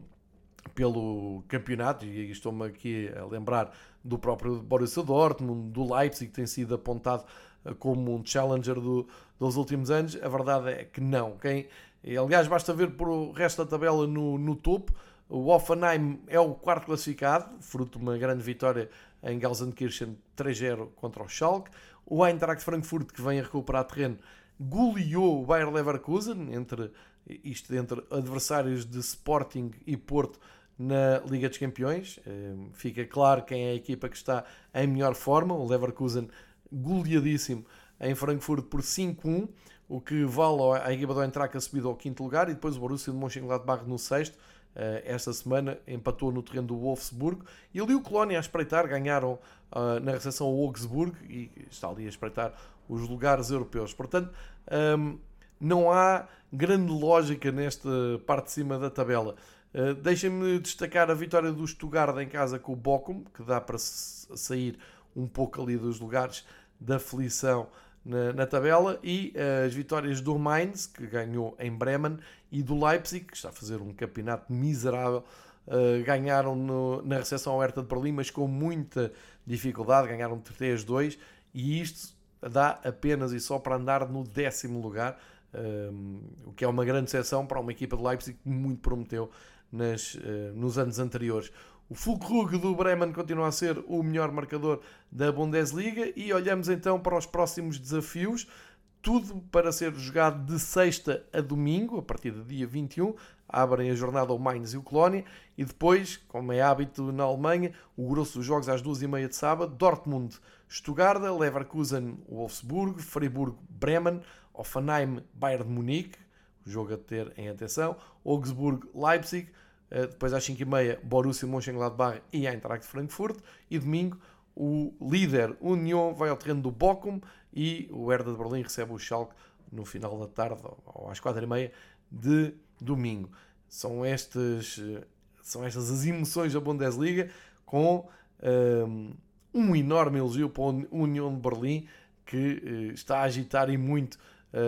pelo campeonato, e estou-me aqui a lembrar do próprio Borussia Dortmund, do Leipzig, que tem sido apontado uh, como um challenger do, dos últimos anos. A verdade é que não. Quem, aliás, basta ver por o resto da tabela no, no topo. O Hoffenheim é o quarto classificado, fruto de uma grande vitória em Gelsenkirchen três a zero contra o Schalke. O Eintracht Frankfurt, que vem a recuperar terreno, goleou o Bayer Leverkusen, entre, isto entre adversários de Sporting e Porto na Liga dos Campeões. Fica claro quem é a equipa que está em melhor forma. O Leverkusen goleadíssimo em Frankfurt por cinco a um, o que vale à equipa do Eintracht a subida ao quinto lugar, e depois o Borussia de Mönchengladbach no sexto. Esta semana empatou no terreno do Wolfsburgo, e ali o Colónia a espreitar, ganharam uh, na recepção ao Augsburgo, e está ali a espreitar os lugares europeus. Portanto, um, não há grande lógica nesta parte de cima da tabela. Uh, Deixem-me destacar a vitória do Stuttgart em casa com o Bochum, que dá para sair um pouco ali dos lugares da aflição Na, na tabela, e uh, as vitórias do Mainz, que ganhou em Bremen, e do Leipzig, que está a fazer um campeonato miserável. Uh, ganharam no, na recepção ao Hertha de Berlim, mas com muita dificuldade, ganharam três a dois, e isto dá apenas e só para andar no décimo lugar, um, o que é uma grande exceção para uma equipa de Leipzig que muito prometeu nas, uh, nos anos anteriores. O Füllkrug do Bremen continua a ser o melhor marcador da Bundesliga, e olhamos então para os próximos desafios. Tudo para ser jogado de sexta a domingo, a partir do dia vinte e um. Abrem a jornada o Mainz e o Colónia, e depois, como é hábito na Alemanha, o grosso dos jogos às duas e meia de sábado: Dortmund, Stuttgart, Leverkusen, Wolfsburgo, Friburgo, Bremen, Hoffenheim, Bayern de Munique, o jogo a ter em atenção, Augsburgo, Leipzig. Depois às cinco e meia, Borussia Mönchengladbach e Eintracht Frankfurt. E domingo, o líder Union vai ao terreno do Bochum, e o Hertha de Berlim recebe o Schalke no final da tarde, ou às quatro e meia de domingo. São estas, são estas as emoções da Bundesliga, com um, um enorme elogio para o Union de Berlim, que uh, está a agitar e muito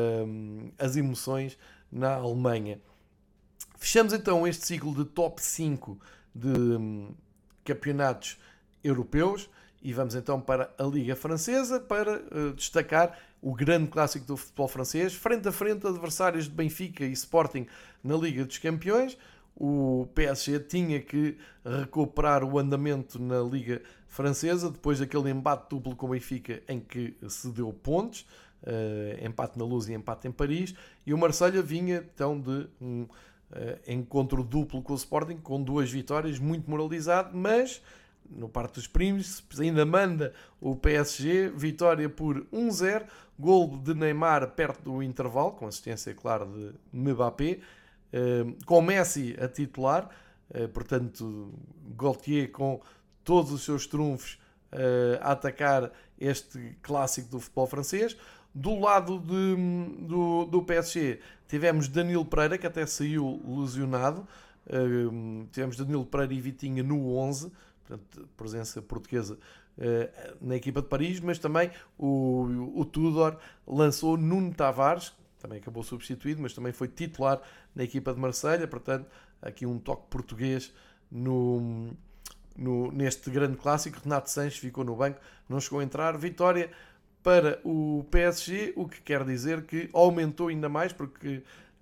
um, as emoções na Alemanha. Fechamos então este ciclo de top cinco de hum, campeonatos europeus, e vamos então para a Liga Francesa para uh, destacar o grande clássico do futebol francês, frente a frente adversários de Benfica e Sporting na Liga dos Campeões. O P S G tinha que recuperar o andamento na Liga Francesa depois daquele embate duplo com o Benfica em que se deu pontos, uh, empate na Luz e empate em Paris, e o Marselha vinha então de um Uh, encontro duplo com o Sporting, com duas vitórias, muito moralizado, mas no parte dos príncipes ainda manda o P S G, vitória por um a zero, gol de Neymar perto do intervalo, com assistência, claro, de Mbappé, uh, com Messi a titular, uh, portanto Gaultier com todos os seus trunfos uh, a atacar este clássico do futebol francês. Do lado de, do, do P S G tivemos Danilo Pereira, que até saiu lesionado. Uh, tivemos Danilo Pereira e Vitinha no onze, portanto, presença portuguesa uh, na equipa de Paris, mas também o, o Tudor lançou Nuno Tavares, também acabou substituído, mas também foi titular na equipa de Marselha. Portanto, aqui um toque português no, no, neste grande clássico. Renato Sanches ficou no banco, não chegou a entrar. Vitória para o P S G, o que quer dizer que aumentou ainda mais, porque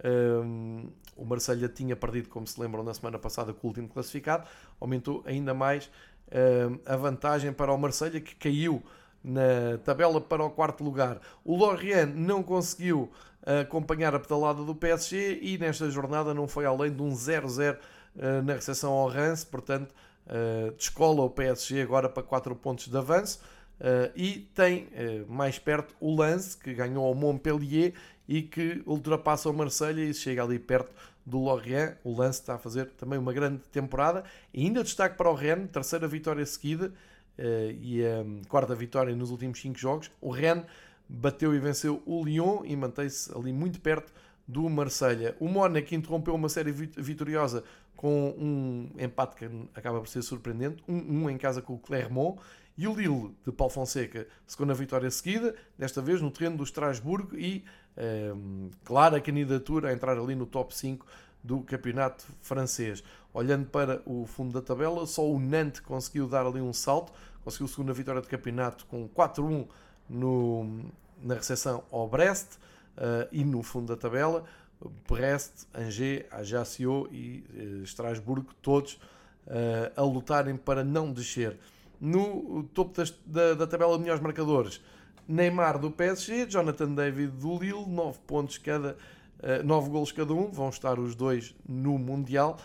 um, o Marselha tinha perdido, como se lembram, na semana passada com o último classificado. Aumentou ainda mais um, a vantagem para o Marselha, que caiu na tabela para o quarto lugar. O Lorient não conseguiu acompanhar a pedalada do P S G, e nesta jornada não foi além de um zero a zero uh, na recepção ao Reims. Portanto, uh, descola o P S G agora para quatro pontos de avanço. Uh, e tem uh, mais perto o Lens, que ganhou ao Montpellier e que ultrapassa o Marselha e chega ali perto do Lorient. O Lens está a fazer também uma grande temporada. E ainda destaque para o Rennes, terceira vitória seguida uh, e a um, quarta vitória nos últimos cinco jogos. O Rennes bateu e venceu o Lyon e mantém-se ali muito perto do Marselha. O Mónaco interrompeu uma série vitoriosa com um empate que acaba por ser surpreendente, um a um em casa com o Clermont. E o Lille, de Paulo Fonseca, segunda vitória seguida, desta vez no terreno do Estrasburgo e um, clara candidatura a entrar ali no top cinco do campeonato francês. Olhando para o fundo da tabela, só o Nantes conseguiu dar ali um salto, conseguiu a segunda vitória de campeonato com quatro a um no, na recepção ao Brest, uh, e no fundo da tabela, Brest, Angers, Ajaccio e uh, Estrasburgo, todos uh, a lutarem para não descer. No topo das, da, da tabela de melhores marcadores, Neymar do P S G, Jonathan David do Lille, nove pontos cada, nove golos cada um, vão estar os dois no Mundial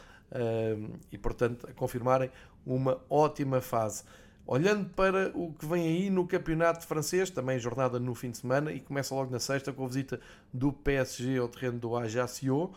e, portanto, a confirmarem uma ótima fase. Olhando para o que vem aí no campeonato francês, também jornada no fim de semana, e começa logo na sexta com a visita do P S G ao terreno do Ajaccio.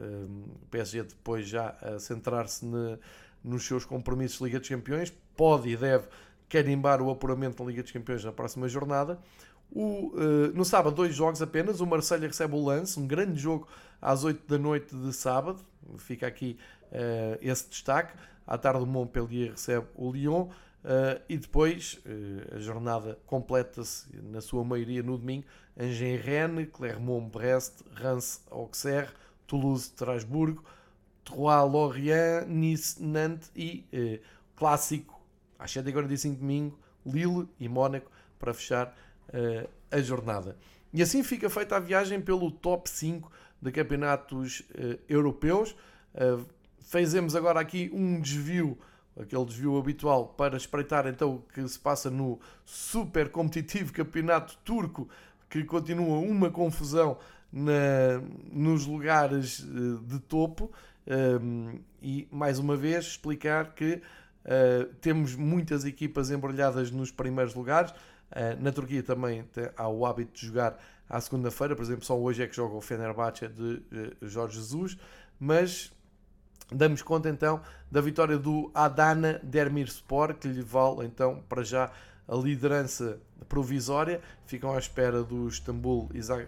O P S G depois já a centrar-se na nos seus compromissos de Liga dos Campeões, pode e deve carimbar o apuramento na Liga dos Campeões na próxima jornada. O, uh, no sábado, dois jogos apenas. O Marselha recebe o Lens, um grande jogo às oito da noite de sábado. Fica aqui uh, esse destaque. À tarde, o Montpellier recebe o Lyon. Uh, e depois, uh, a jornada completa-se, na sua maioria, no domingo. Angers-Rennes, Clermont-Brest, Reims-Auxerre, Toulouse-Strasbourg, Troyes-Lorient, Nice-Nantes e eh, clássico às sete e quarenta e cinco domingo, Lille e Mónaco para fechar eh, a jornada. E assim fica feita a viagem pelo top cinco de campeonatos eh, europeus. Uh, fazemos agora aqui um desvio, aquele desvio habitual, para espreitar então o que se passa no super competitivo campeonato turco, que continua uma confusão na, nos lugares de topo. Um, e mais uma vez explicar que uh, temos muitas equipas embrulhadas nos primeiros lugares. Uh, na Turquia também tem, há o hábito de jogar à segunda-feira, por exemplo, só hoje é que joga o Fenerbahçe de uh, Jorge Jesus, mas damos conta então da vitória do Adana Demirspor, que lhe vale então para já a liderança provisória. Ficam à espera do Istambul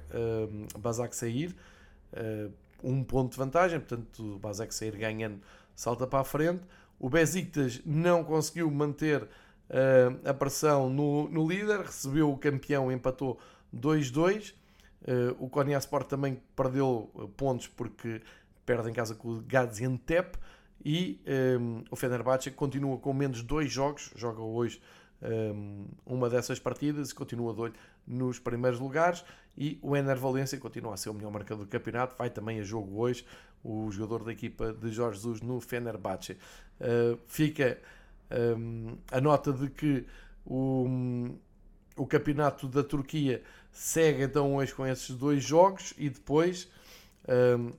uh, Başakşehir, uh, um ponto de vantagem, portanto o Başakşehir ganhando salta para a frente. O Besiktas não conseguiu manter uh, a pressão no, no líder, recebeu o campeão, empatou dois a dois. Uh, o Konyaspor também perdeu pontos porque perde em casa com o Gaziantep. E um, o Fenerbahçe continua com menos dois jogos, joga hoje um, uma dessas partidas e continua de olho nos primeiros lugares. E o Ener Valencia continua a ser o melhor marcador do campeonato, vai também a jogo hoje, o jogador da equipa de Jorge Jesus no Fenerbahçe. Uh, fica um, a nota de que o, um, o campeonato da Turquia segue então hoje com esses dois jogos e depois um,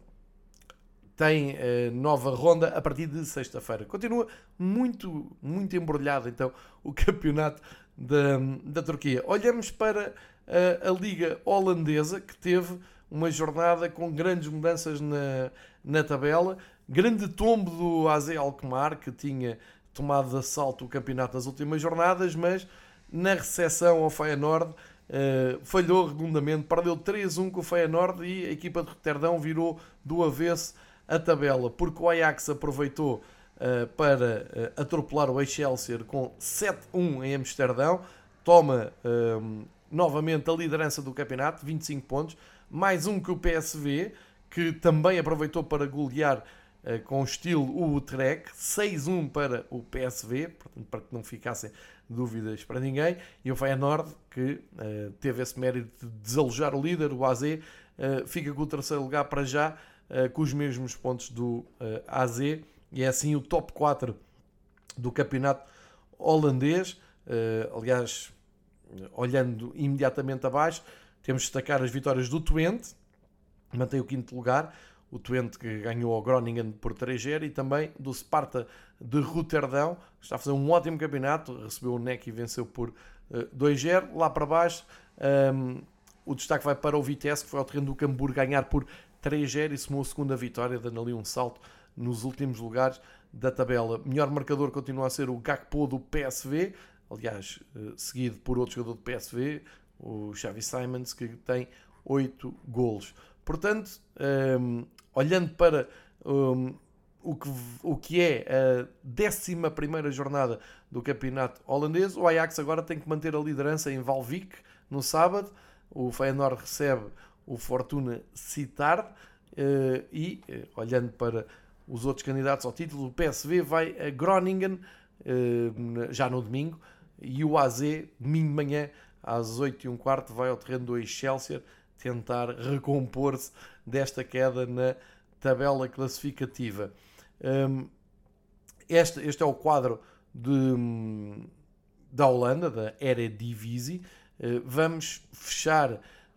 tem uh, nova ronda a partir de sexta-feira. Continua muito, muito embrulhado então o campeonato da, da Turquia. Olhamos para a, a Liga Holandesa, que teve uma jornada com grandes mudanças na, na tabela. Grande tombo do A Z Alkmaar, que tinha tomado de assalto o campeonato nas últimas jornadas, mas na recepção ao Feyenoord uh, falhou redondamente, perdeu três a um com o Feyenoord e a equipa de Roterdão virou do avesso a tabela, porque o Ajax aproveitou uh, para uh, atropelar o Excelsior com sete a um em Amsterdão, toma uh, novamente a liderança do campeonato, vinte e cinco pontos, mais um que o P S V, que também aproveitou para golear uh, com estilo o Utrecht, seis a um para o P S V, portanto, para que não ficassem dúvidas para ninguém, e o Feyenoord, que uh, teve esse mérito de desalojar o líder, o A Z, uh, fica com o terceiro lugar para já, Uh, com os mesmos pontos do uh, A Z, e é assim o top quatro do campeonato holandês. Uh, aliás, olhando imediatamente abaixo, temos de destacar as vitórias do Twente, mantém o quinto lugar, o Twente que ganhou ao Groningen por três a zero, e também do Sparta de Roterdão, que está a fazer um ótimo campeonato, recebeu o N E C e venceu por uh, dois a zero. Lá para baixo, um, o destaque vai para o Vitesse, que foi ao terreno do Cambuur ganhar por três a zero e somou a segunda vitória, dando ali um salto nos últimos lugares da tabela. Melhor marcador continua a ser o Gakpo do P S V, aliás, seguido por outro jogador do P S V, o Xavi Simons, que tem oito golos. Portanto, um, olhando para um, o, que, o que é a décima primeira jornada do campeonato holandês. O Ajax agora tem que manter a liderança em Valvik no sábado. O Feyenoord recebe o Fortuna Sittard uh, e, uh, olhando para os outros candidatos ao título, o P S V vai a Groningen uh, já no domingo, e o A Z, domingo de manhã, às oito e um quarto, vai ao terreno do Excelsior tentar recompor-se desta queda na tabela classificativa. Um, este, este é o quadro de, da Holanda, da Eredivisie. Uh, vamos fechar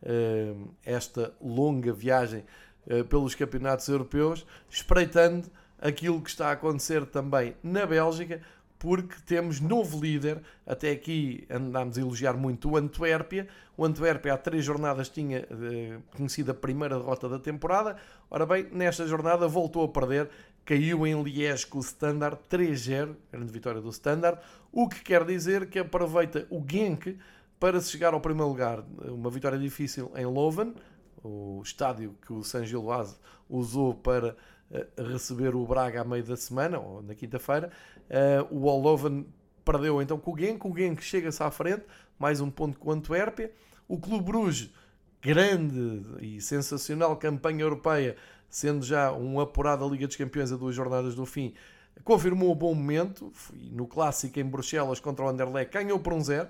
uh, esta longa viagem uh, pelos campeonatos europeus, espreitando aquilo que está a acontecer também na Bélgica, porque temos novo líder. Até aqui andámos a elogiar muito o Antuérpia. O Antuérpia há três jornadas tinha eh, conhecido a primeira derrota da temporada. Ora bem, nesta jornada voltou a perder, caiu em Liège com o Standard três zero, grande vitória do Standard, o que quer dizer que aproveita o Genk para se chegar ao primeiro lugar. Uma vitória difícil em Leuven, o estádio que o Saint-Gilloise usou para receber o Braga a meio da semana, ou na quinta-feira. O Leuven perdeu então com o Genk. O Genk chega-se à frente, mais um ponto com o Antuérpia. O Clube Bruges, grande e sensacional campanha europeia, sendo já um apurado da Liga dos Campeões a duas jornadas do fim, confirmou o bom momento. No clássico em Bruxelas contra o Anderlecht ganhou por um zero,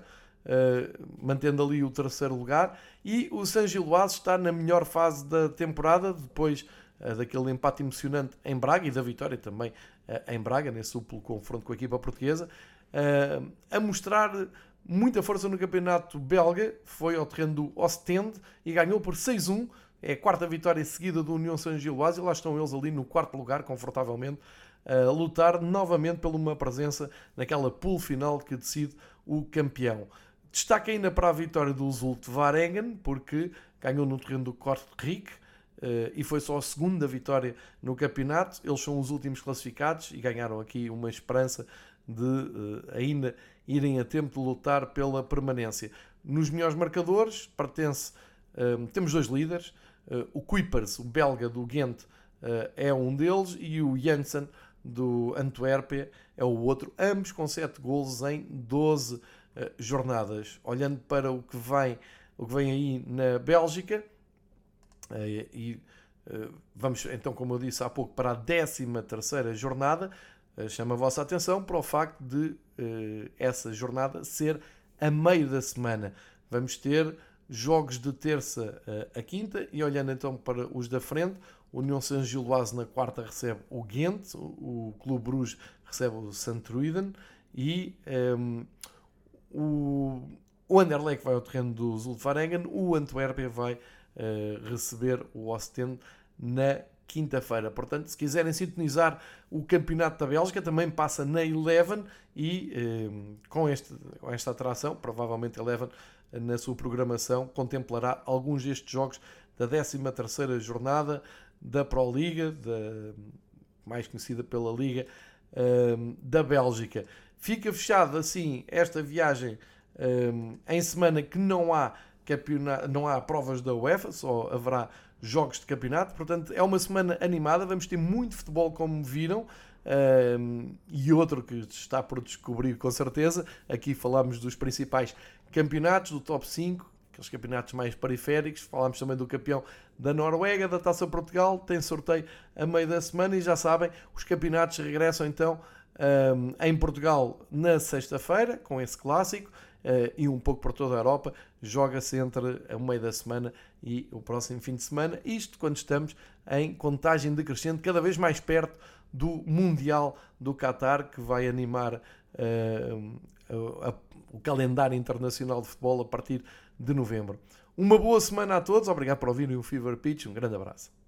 Uh, mantendo ali o terceiro lugar, e o Saint-Gilloise está na melhor fase da temporada, depois uh, daquele empate emocionante em Braga e da vitória também uh, em Braga, nesse duplo confronto com a equipa portuguesa, uh, a mostrar muita força no campeonato belga. Foi ao terreno do Ostende e ganhou por seis a um, é a quarta vitória seguida do União Saint-Gilloise, e lá estão eles ali no quarto lugar, confortavelmente, a lutar novamente por uma presença naquela pool final que decide o campeão. Destaque ainda para a vitória do Zulte Waregem, porque ganhou no terreno do Kortrijk uh, e foi só a segunda vitória no campeonato. Eles são os últimos classificados e ganharam aqui uma esperança de uh, ainda irem a tempo de lutar pela permanência. Nos melhores marcadores, pertence, uh, temos dois líderes. Uh, o Kuipers, o belga do Ghent, uh, é um deles, e o Janssen do Antuérpia é o outro, ambos com sete golos em doze jornadas. Olhando para o que vem, o que vem aí na Bélgica, e vamos então, como eu disse há pouco, para a décima terceira jornada. Chamo a vossa atenção para o facto de essa jornada ser a meio da semana. Vamos ter jogos de terça a quinta, e olhando então para os da frente, o União Saint-Gilloise na quarta recebe o Ghent, o Clube Bruges recebe o Sint-Truiden, e um, O, o Anderlecht vai ao terreno do Zulte Waregem. O Antuérpia vai uh, receber o Ostende na quinta-feira. Portanto, se quiserem sintonizar o campeonato da Bélgica, também passa na Eleven, e uh, com, este, com esta atração, provavelmente Eleven na sua programação contemplará alguns destes jogos da décima terceira jornada da Pro Liga, da, mais conhecida pela Liga uh, da Bélgica. Fica fechada assim esta viagem um, em semana que não há, campeonato, não há provas da UEFA, só haverá jogos de campeonato. Portanto, é uma semana animada, vamos ter muito futebol, como viram, um, e outro que está por descobrir com certeza. Aqui falámos dos principais campeonatos, do top cinco, aqueles campeonatos mais periféricos. Falámos também do campeão da Noruega, da Taça Portugal, tem sorteio a meio da semana, e já sabem, os campeonatos regressam então Um, em Portugal na sexta-feira, com esse clássico, uh, e um pouco por toda a Europa. Joga-se entre o meio da semana e o próximo fim de semana, isto quando estamos em contagem decrescente, cada vez mais perto do Mundial do Qatar, que vai animar uh, a, a, o calendário internacional de futebol a partir de novembro. Uma boa semana a todos, obrigado por ouvirem o Fever Pitch, um grande abraço.